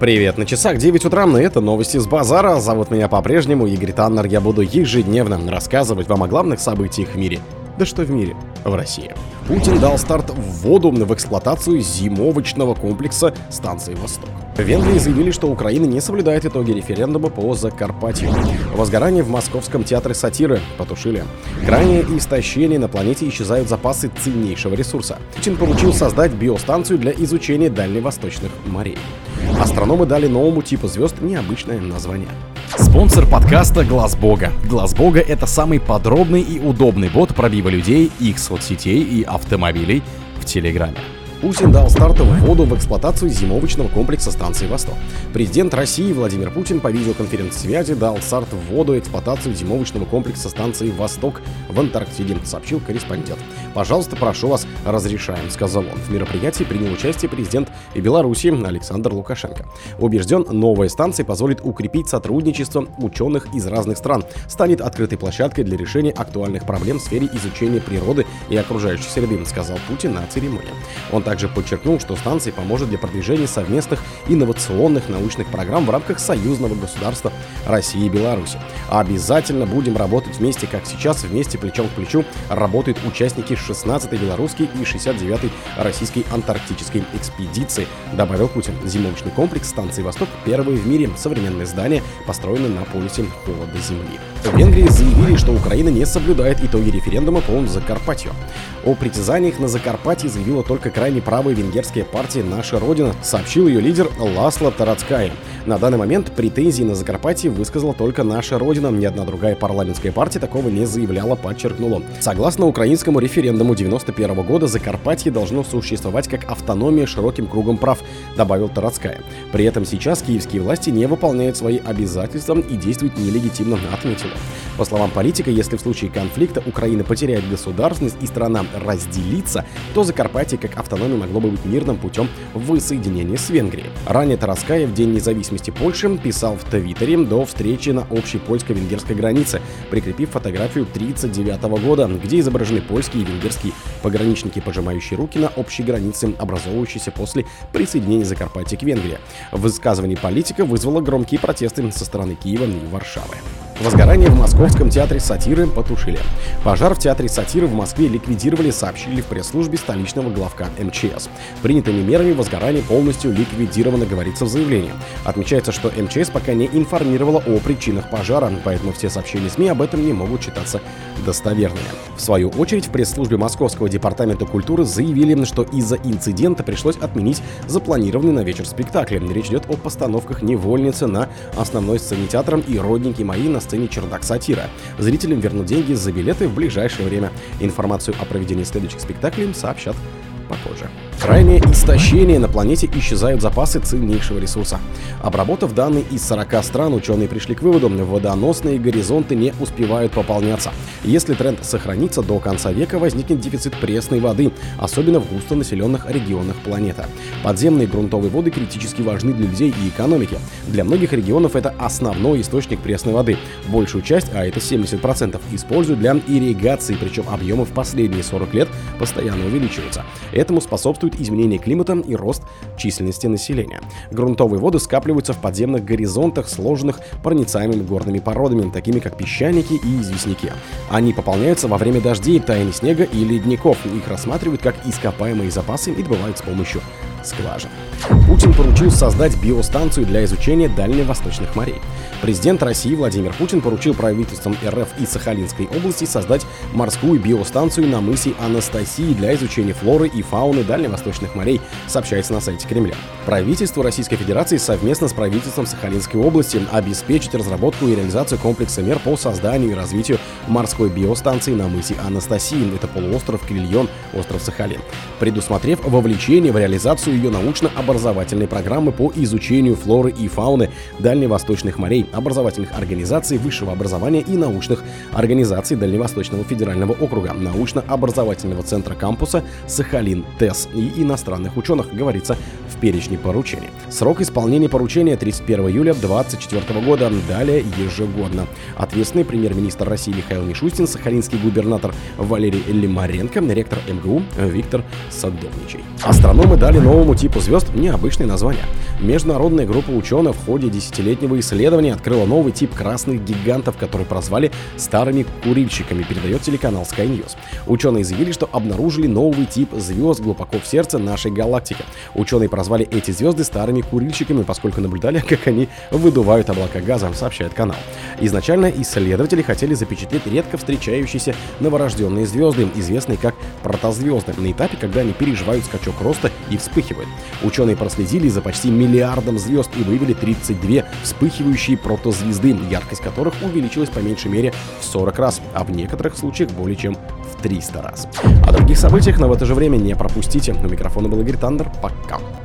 Привет, на часах 9 утра, и это новости с базара. Зовут меня по-прежнему Игорь Таннер. Я буду ежедневно рассказывать вам о главных событиях в мире. Да что в мире? В России. Путин дал старт вводу в эксплуатацию зимовочного комплекса станции «Восток». В Венгрии заявили, что Украина не соблюдает итоги референдума по Закарпатью. Возгорание в Московском театре сатиры потушили. Крайнее истощение на планете, исчезают запасы ценнейшего ресурса. Путин поручил создать биостанцию для изучения дальневосточных морей. Астрономы дали новому типу звезд необычное название. Спонсор подкаста Глаз Бога. Глаз Бога — это самый подробный и удобный бот пробива людей, их соцсетей и автомобилей в Телеграме. Путин дал старт вводу в эксплуатацию зимовочного комплекса станции «Восток». Президент России Владимир Путин по видеоконференц-связи дал старт вводу эксплуатацию зимовочного комплекса станции «Восток» в Антарктиде, сообщил корреспондент. «Пожалуйста, прошу вас, разрешаем», — сказал он. В мероприятии принял участие президент Беларуси Александр Лукашенко. Убежден, новая станция позволит укрепить сотрудничество ученых из разных стран, станет открытой площадкой для решения актуальных проблем в сфере изучения природы и окружающей среды, сказал Путин на церемонии. Он также подчеркнул, что станция поможет для продвижения совместных инновационных научных программ в рамках союзного государства России и Беларуси. Обязательно будем работать вместе, как сейчас, вместе плечом к плечу работают участники 16-й белорусской и 69-й российской антарктической экспедиции, добавил Путин. Зимовочный комплекс станции «Восток» — первое в мире современное здание, построенное на полюсе холода Земли. В Венгрии заявили, что Украина не соблюдает итоги референдума по Закарпатью. О притязаниях на Закарпатье заявила только крайне правая венгерская партия «Наша Родина», сообщил ее лидер Ласло Тарацкай. На данный момент претензии на Закарпатье высказала только «Наша Родина». Ни одна другая парламентская партия такого не заявляла, подчеркнула. Согласно украинскому референдуму 1991 года, Закарпатье должно существовать как автономия широким кругом прав, добавил Тарацкай. При этом сейчас киевские власти не выполняют свои обязательства и действуют нелегитимно, отметила. По словам политика, если в случае конфликта Украина потеряет государственность и страна разделится, то Закарпатье как автономия могло бы быть мирным путем воссоединения с Венгрией. Ранее Тарацкай в День независимости Польши писал в Твиттере до встречи на общей польско-венгерской границе, прикрепив фотографию 1939 года, где изображены польские и венгерские пограничники, пожимающие руки на общей границе, образовывающейся после присоединения Закарпатья к Венгрии. Высказывание политика вызвало громкие протесты со стороны Киева и Варшавы. Возгорание в Московском театре сатиры потушили. Пожар в театре сатиры в Москве ликвидировали, сообщили в пресс-службе столичного главка МЧС. Принятыми мерами возгорание полностью ликвидировано, говорится в заявлении. Отмечается, что МЧС пока не информировала о причинах пожара, поэтому все сообщения СМИ об этом не могут считаться достоверными. В свою очередь, в пресс-службе Московского департамента культуры заявили, что из-за инцидента пришлось отменить запланированный на вечер спектакль. Речь идет о постановках «Невольницы» на основной сцене театра и «Родники мои» на сцене «Чердак сатира». Зрителям вернут деньги за билеты в ближайшее время. Информацию о проведении следующих спектаклей сообщат попозже. Крайнее истощение на планете, исчезают запасы ценнейшего ресурса. Обработав данные из 40 стран, ученые пришли к выводу, водоносные горизонты не успевают пополняться. Если тренд сохранится, до конца века возникнет дефицит пресной воды, особенно в густонаселенных регионах планеты. Подземные грунтовые воды критически важны для людей и экономики. Для многих регионов это основной источник пресной воды. Большую часть, а это 70%, используют для ирригации, причем объемы в последние 40 лет постоянно увеличиваются. Этому способствует изменение климата и рост численности населения. Грунтовые воды скапливаются в подземных горизонтах, сложенных проницаемыми горными породами, такими как песчаники и известняки. Они пополняются во время дождей, таяния снега и ледников. Их рассматривают как ископаемые запасы и добывают с помощью скважин. Путин поручил создать биостанцию для изучения дальневосточных морей. Президент России Владимир Путин поручил правительствам РФ и Сахалинской области создать морскую биостанцию на мысе Анастасии для изучения флоры и фауны дальневосточных морей, сообщается на сайте Кремля. Правительство Российской Федерации совместно с правительством Сахалинской области обеспечит разработку и реализацию комплекса мер по созданию и развитию морской биостанции на мысе Анастасии, это полуостров Кирильон, остров Сахалин, предусмотрев вовлечение в реализацию ее научно-образовательной программы по изучению флоры и фауны дальневосточных морей, образовательных организаций высшего образования и научных организаций Дальневосточного федерального округа, научно-образовательного центра кампуса Сахалин ТЭС и иностранных ученых, говорится в перечне поручений. Срок исполнения поручения 31 июля 2024 года, далее ежегодно. Ответственный премьер-министр России Михаил Мишустин, сахалинский губернатор Валерий Лимаренко, ректор МГУ Виктор Садовничий. Астрономы дали новому новому типу звезд необычные названия. Международная группа ученых в ходе десятилетнего исследования открыла новый тип красных гигантов, который прозвали старыми курильщиками, передает телеканал Sky News. Ученые заявили, что обнаружили новый тип звезд глубоко в сердце нашей галактики. Ученые прозвали эти звезды старыми курильщиками, поскольку наблюдали, как они выдувают облака газа, сообщает канал. Изначально исследователи хотели запечатлеть редко встречающиеся новорожденные звезды, известные как протозвезды, на этапе, когда они переживают скачок роста и вспыхивают. Ученые проследили за почти миллиардом звезд и выявили 32 вспыхивающие протозвезды, яркость которых увеличилась по меньшей мере в 40 раз, а в некоторых случаях более чем в 300 раз. О других событиях, но в это же время не пропустите. У микрофона был Игорь Таннер. Пока.